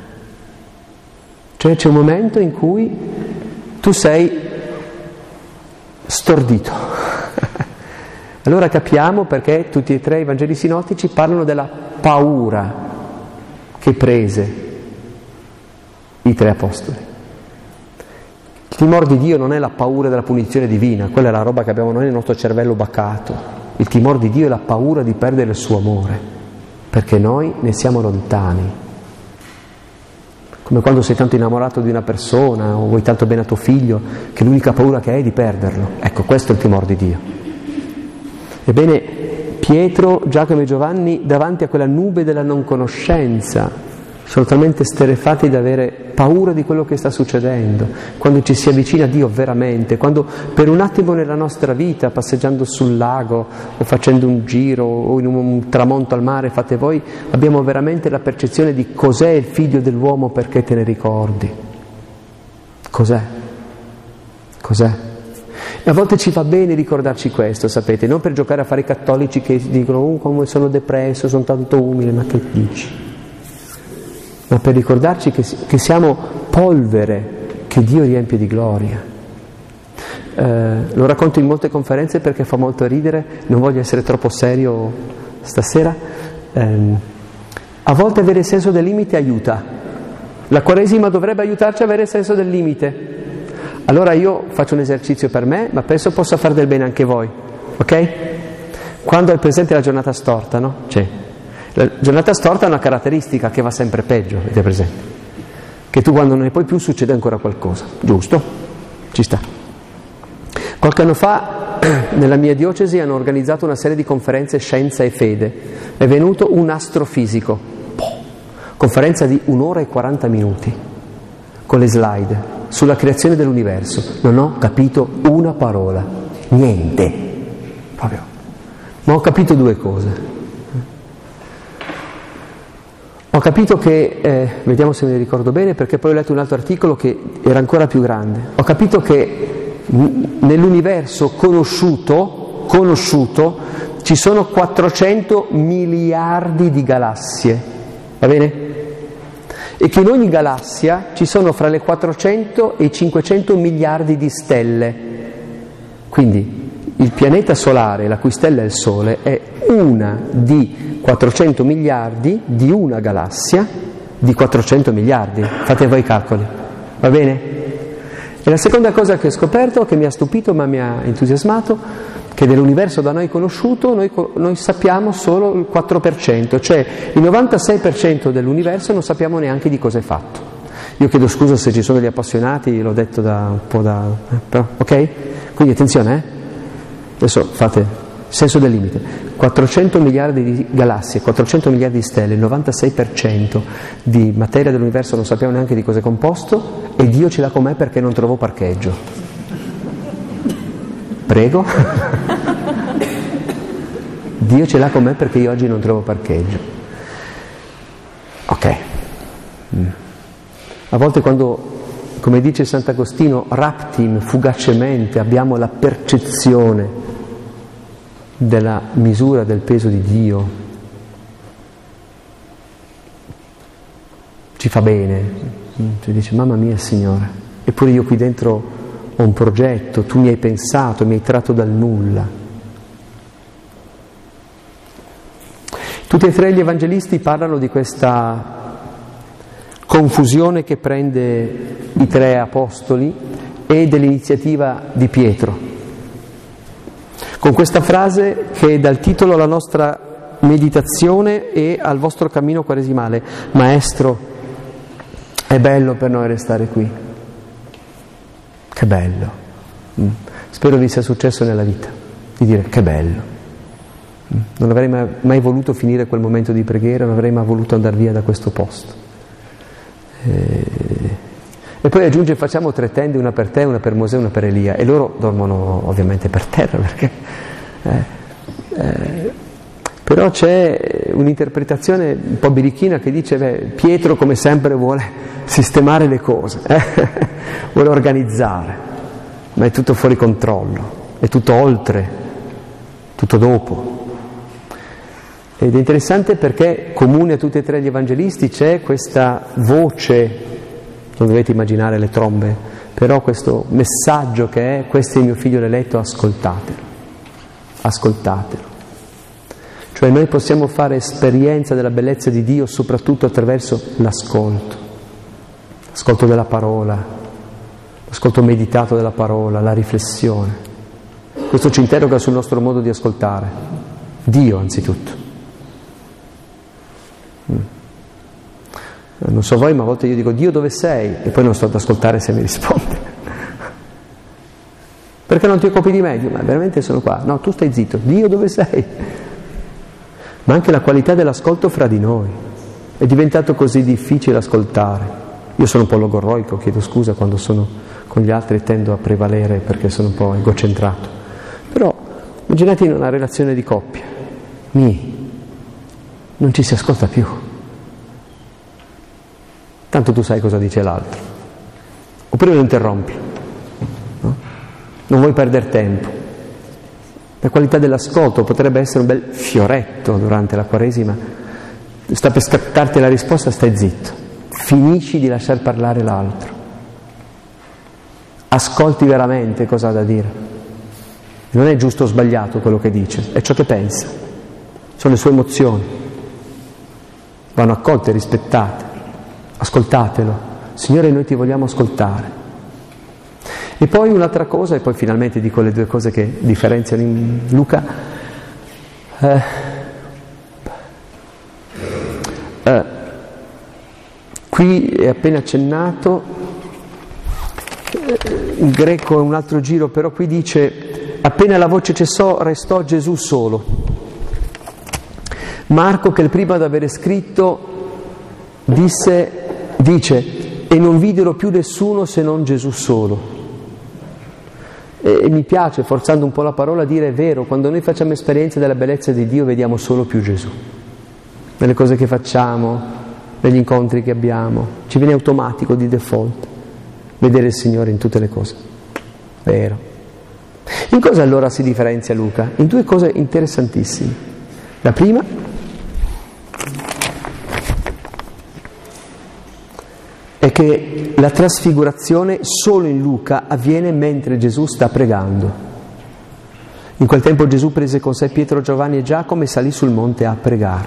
Cioè c'è un momento in cui tu sei stordito. Allora capiamo perché tutti e tre i Vangeli sinottici parlano della paura che prese i tre apostoli. Il timore di Dio non è la paura della punizione divina, quella è la roba che abbiamo noi nel nostro cervello bacato. Il timore di Dio è la paura di perdere il suo amore, perché noi ne siamo lontani. Come quando sei tanto innamorato di una persona o vuoi tanto bene a tuo figlio che l'unica paura che hai è di perderlo. Ecco, questo è il timore di Dio. Ebbene, Pietro, Giacomo e Giovanni, davanti a quella nube della non conoscenza, sono talmente sterefatti da avere paura di quello che sta succedendo, quando ci si avvicina a Dio veramente, quando per un attimo nella nostra vita, passeggiando sul lago o facendo un giro o in un tramonto al mare, fate voi, abbiamo veramente la percezione di cos'è il figlio dell'uomo, perché te ne ricordi. Cos'è? Cos'è? E a volte ci fa bene ricordarci questo, sapete, non per giocare a fare i cattolici che dicono oh, come sono depresso, sono tanto umile, ma che dici? Ma per ricordarci che, che siamo polvere che Dio riempie di gloria. Eh, lo racconto in molte conferenze perché fa molto ridere, non voglio essere troppo serio stasera. Eh, a volte avere senso del limite aiuta. La Quaresima dovrebbe aiutarci a avere senso del limite. Allora io faccio un esercizio per me, ma penso possa fare del bene anche voi, ok? Quando è presente la giornata storta, no? C'è. La giornata storta ha una caratteristica che va sempre peggio, avete presente? Che tu quando non ne puoi più succede ancora qualcosa, giusto? Ci sta. Qualche anno fa nella mia diocesi hanno organizzato una serie di conferenze Scienza e Fede. È venuto un astrofisico, conferenza di un'ora e quaranta minuti, con le slide, sulla creazione dell'universo. Non ho capito una parola, niente, proprio. Ma ho capito due cose. Ho capito che, eh, vediamo se me ne ricordo bene, perché poi ho letto un altro articolo che era ancora più grande. Ho capito che nell'universo conosciuto, conosciuto ci sono quattrocento miliardi di galassie, va bene? E che in ogni galassia ci sono fra le quattrocento e i cinquecento miliardi di stelle. Quindi il pianeta solare, la cui stella è il Sole, è una di quattrocento miliardi di una galassia di quattrocento miliardi. Fate voi i calcoli, va bene? E la seconda cosa che ho scoperto, che mi ha stupito ma mi ha entusiasmato, che dell'universo da noi conosciuto noi, noi sappiamo solo il quattro per cento, cioè il novantasei per cento dell'universo non sappiamo neanche di cosa è fatto. Io chiedo scusa se ci sono degli appassionati, l'ho detto da un po' da... Eh, però, ok? Quindi attenzione, eh? Adesso fate senso del limite. quattrocento miliardi di galassie, quattrocento miliardi di stelle, il novantasei per cento di materia dell'universo non sappiamo neanche di cosa è composto, e Dio ce l'ha con me perché non trovo parcheggio. Prego? Dio ce l'ha con me perché io oggi non trovo parcheggio. Ok. Mm. A volte quando, come dice Sant'Agostino, raptim, fugacemente, abbiamo la percezione della misura del peso di Dio, ci fa bene, ci dice mamma mia Signore, eppure io qui dentro ho un progetto, tu mi hai pensato, mi hai tratto dal nulla. Tutti e tre gli evangelisti parlano di questa confusione che prende i tre apostoli e dell'iniziativa di Pietro. Con questa frase che dà il titolo alla nostra meditazione e al vostro cammino quaresimale: Maestro, è bello per noi restare qui. Che bello. Mm. Spero vi sia successo nella vita di dire che bello. Mm. Non avrei mai, mai voluto finire quel momento di preghiera, non avrei mai voluto andare via da questo posto. E, e poi aggiunge: facciamo tre tende, una per te, una per Mosè, una per Elia. E loro dormono ovviamente per terra, perché eh, eh, però c'è un'interpretazione un po' birichina che dice: beh, Pietro come sempre vuole sistemare le cose, eh? vuole organizzare, ma è tutto fuori controllo, è tutto oltre, tutto dopo. Ed è interessante perché comune a tutti e tre gli evangelisti c'è questa voce, non dovete immaginare le trombe, però questo messaggio che è: questo è il mio figlio eletto, ascoltatelo, ascoltatelo. Cioè noi possiamo fare esperienza della bellezza di Dio soprattutto attraverso l'ascolto, l'ascolto della parola, l'ascolto meditato della parola, la riflessione. Questo ci interroga sul nostro modo di ascoltare Dio anzitutto. Mm. Non so voi, ma a volte io dico: Dio dove sei? E poi non sto ad ascoltare se mi risponde. Perché non ti occupi di me? Dio, ma veramente sono qua. No, tu stai zitto. Dio dove sei? Ma anche la qualità dell'ascolto fra di noi. È diventato così difficile ascoltare. Io sono un po' logorroico, chiedo scusa quando sono con gli altri, tendo a prevalere perché sono un po' egocentrato. Però immaginate in una relazione di coppia. Mi, non ci si ascolta più. Tanto tu sai cosa dice l'altro. Oppure lo interrompi. No? Non vuoi perdere tempo. La qualità dell'ascolto potrebbe essere un bel fioretto durante la Quaresima. Sta per scattarti la risposta, stai zitto. Finisci di lasciar parlare l'altro. Ascolti veramente cosa ha da dire. Non è giusto o sbagliato quello che dice, è ciò che pensa. Sono le sue emozioni. Vanno accolte, rispettate. Ascoltatelo. Signore, noi ti vogliamo ascoltare. E poi un'altra cosa, e poi finalmente dico le due cose che differenziano in Luca. Eh, eh, qui è appena accennato, eh, in greco è un altro giro, però qui dice: appena la voce cessò, restò Gesù solo. Marco, che è il primo ad avere scritto, disse, dice: e non videro più nessuno se non Gesù solo. E mi piace, forzando un po' la parola, dire: è vero, quando noi facciamo esperienza della bellezza di Dio vediamo solo più Gesù. Nelle cose che facciamo, negli incontri che abbiamo, ci viene automatico di default vedere il Signore in tutte le cose. Vero. In cosa allora si differenzia Luca? In due cose interessantissime. La prima è che la trasfigurazione solo in Luca avviene mentre Gesù sta pregando. In quel tempo Gesù prese con sé Pietro, Giovanni e Giacomo e salì sul monte a pregare.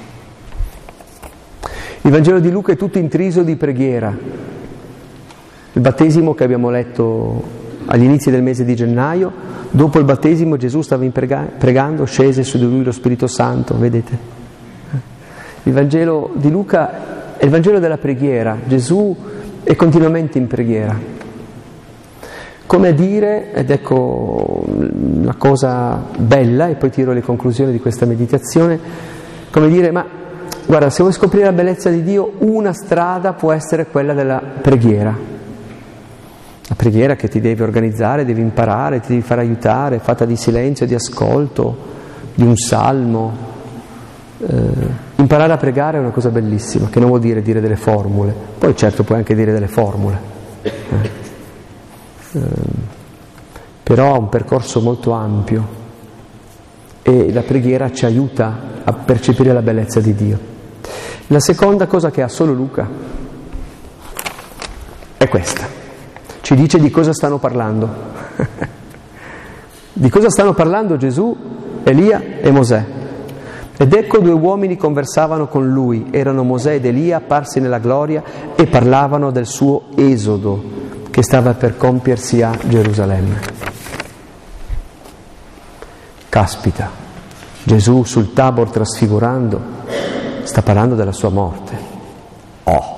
Il Vangelo di Luca è tutto intriso di preghiera. Il battesimo che abbiamo letto agli inizi del mese di gennaio, dopo il battesimo Gesù stava in prega- pregando, scese su di lui lo Spirito Santo, vedete? Il Vangelo di Luca è il Vangelo della preghiera. Gesù è continuamente in preghiera. Come a dire, ed ecco la cosa bella, e poi tiro le conclusioni di questa meditazione, come dire: ma guarda, se vuoi scoprire la bellezza di Dio, una strada può essere quella della preghiera. La preghiera che ti devi organizzare, devi imparare, ti devi fare aiutare, fatta di silenzio, di ascolto, di un salmo. Eh, imparare a pregare è una cosa bellissima, che non vuol dire dire delle formule, poi certo puoi anche dire delle formule, eh. Eh, però è un percorso molto ampio e la preghiera ci aiuta a percepire la bellezza di Dio. La seconda cosa che ha solo Luca è questa: ci dice di cosa stanno parlando. Di cosa stanno parlando Gesù, Elia e Mosè. Ed ecco due uomini conversavano con lui, erano Mosè ed Elia apparsi nella gloria e parlavano del suo esodo, che stava per compiersi a Gerusalemme. Caspita, Gesù sul Tabor trasfigurando sta parlando della sua morte. Oh!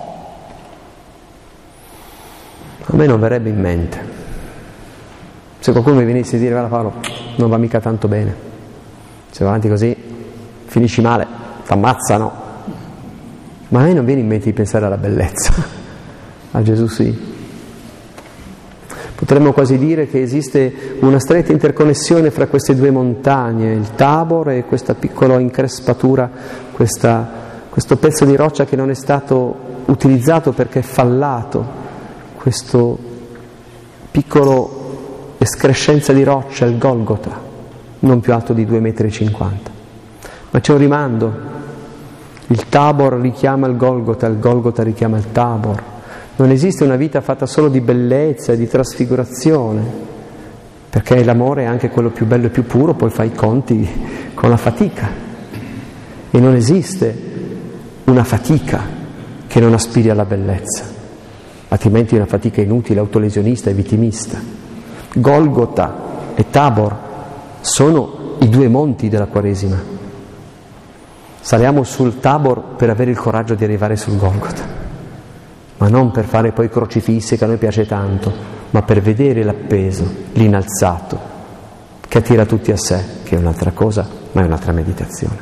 A me non verrebbe in mente. Se qualcuno mi venisse a dire, guarda Paolo, non va mica tanto bene, se va avanti così finisci male, ti ammazzano. Ma a me non viene in mente di pensare alla bellezza, a Gesù sì. Potremmo quasi dire che esiste una stretta interconnessione fra queste due montagne, il Tabor e questa piccola increspatura, questa, questo pezzo di roccia che non è stato utilizzato perché è fallato, questo piccolo escrescenza di roccia, il Golgota, non più alto di due metri e cinquanta. Ma c'è un rimando, il Tabor richiama il Golgota, il Golgota richiama il Tabor. Non esiste una vita fatta solo di bellezza e di trasfigurazione, perché l'amore è anche quello più bello e più puro, poi fa i conti con la fatica. E non esiste una fatica che non aspiri alla bellezza, altrimenti è una fatica inutile, autolesionista e vittimista. Golgota e Tabor sono i due monti della Quaresima. Saliamo sul Tabor per avere il coraggio di arrivare sul Golgota, ma non per fare poi crocifissi che a noi piace tanto, ma per vedere l'appeso, l'inalzato, che attira tutti a sé, che è un'altra cosa, ma è un'altra meditazione.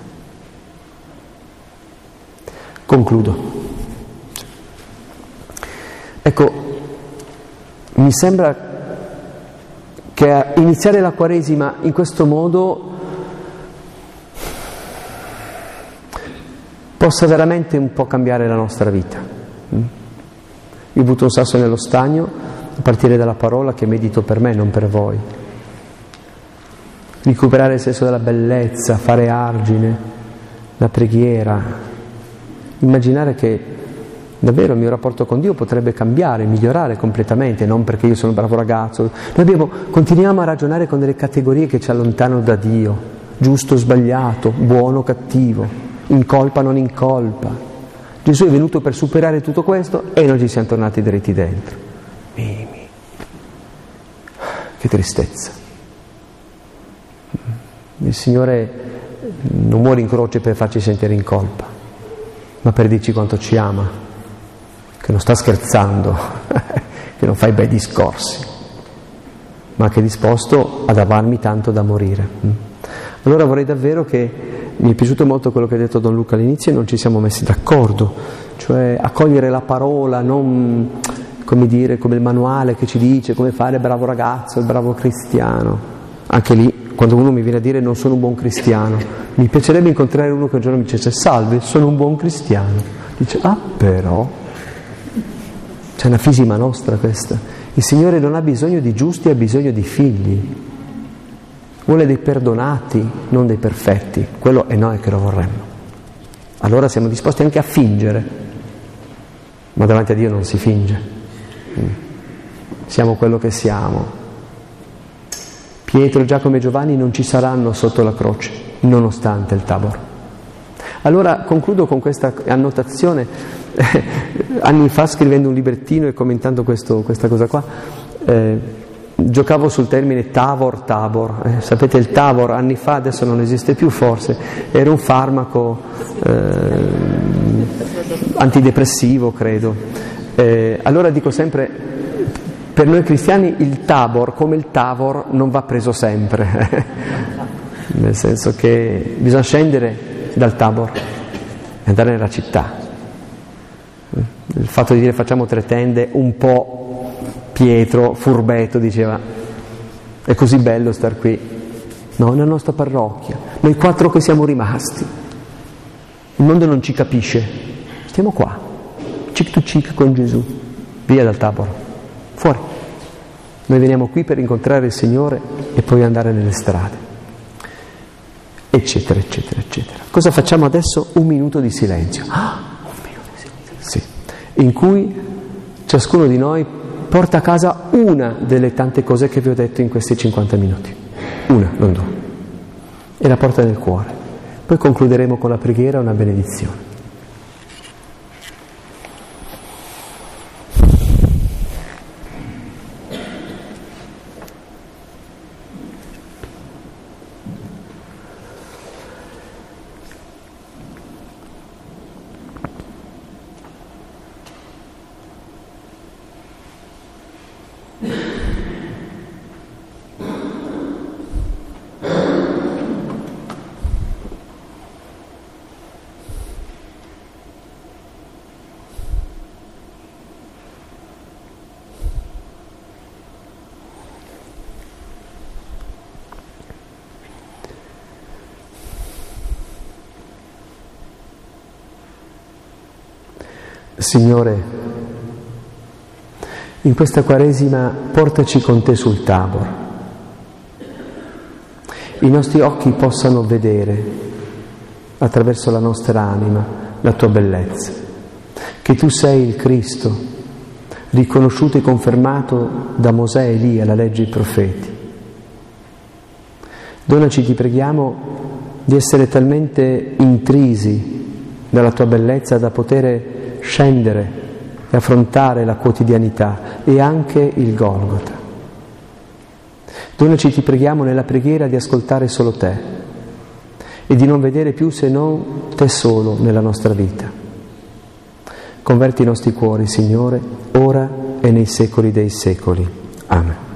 Concludo. Ecco, mi sembra che iniziare la Quaresima in questo modo possa veramente un po' cambiare la nostra vita. Io butto un sasso nello stagno a partire dalla parola che medito per me, non per voi. Recuperare il senso della bellezza, fare argine, la preghiera, immaginare che davvero il mio rapporto con Dio potrebbe cambiare, migliorare completamente, non perché io sono un bravo ragazzo. Noi abbiamo, continuiamo a ragionare con delle categorie che ci allontanano da Dio, giusto, sbagliato, buono, cattivo, in colpa, non in colpa. Gesù è venuto per superare tutto questo e noi ci siamo tornati dritti dentro. Mimi. Che tristezza. Il Signore non muore in croce per farci sentire in colpa, ma per dirci quanto ci ama, che non sta scherzando, che non fa i bei discorsi, ma che è disposto ad amarmi tanto da morire. Allora vorrei davvero che, mi è piaciuto molto quello che ha detto Don Luca all'inizio, e non ci siamo messi d'accordo, cioè accogliere la parola, non come dire, come il manuale che ci dice come fare il bravo ragazzo, il bravo cristiano. Anche lì, quando uno mi viene a dire non sono un buon cristiano, mi piacerebbe incontrare uno che un giorno mi dicesse salve, sono un buon cristiano. Dice, ah però, c'è una fisima nostra questa. Il Signore non ha bisogno di giusti, ha bisogno di figli. Vuole dei perdonati, non dei perfetti. Quello è noi che lo vorremmo. Allora siamo disposti anche a fingere, ma davanti a Dio non si finge. Siamo quello che siamo. Pietro, Giacomo e Giovanni non ci saranno sotto la croce, nonostante il Tabor. Allora concludo con questa annotazione. Anni fa, scrivendo un librettino e commentando questo, questa cosa qua, eh, giocavo sul termine Tavor, Tabor. Eh, sapete, il Tavor anni fa, adesso non esiste più forse, era un farmaco eh, antidepressivo, credo. Eh, allora dico sempre, per noi cristiani il Tabor, come il Tavor, non va preso sempre, nel senso che bisogna scendere dal Tabor e andare nella città. Il fatto di dire facciamo tre tende, un po' Pietro, furbetto, diceva è così bello star qui. No, nella nostra parrocchia, noi quattro che siamo rimasti, il mondo non ci capisce, stiamo qua, cic to cic con Gesù, via dal Tabor, fuori. Noi veniamo qui per incontrare il Signore e poi andare nelle strade, eccetera, eccetera, eccetera. Cosa facciamo adesso? Un minuto di silenzio. Ah, un minuto di silenzio, sì, in cui ciascuno di noi porta a casa una delle tante cose che vi ho detto in questi cinquanta minuti. Una, non due. E la porta nel cuore. Poi concluderemo con la preghiera e una benedizione. Signore, in questa Quaresima portaci con te sul Tabor. I nostri occhi possano vedere, attraverso la nostra anima, la tua bellezza, che tu sei il Cristo, riconosciuto e confermato da Mosè, Elia, la legge e i profeti. Donaci, ti preghiamo, di essere talmente intrisi dalla tua bellezza da poter scendere e affrontare la quotidianità e anche il Golgota. Donaci, ti preghiamo, nella preghiera di ascoltare solo te e di non vedere più se non te solo nella nostra vita. Converti i nostri cuori, Signore, ora e nei secoli dei secoli. Amen.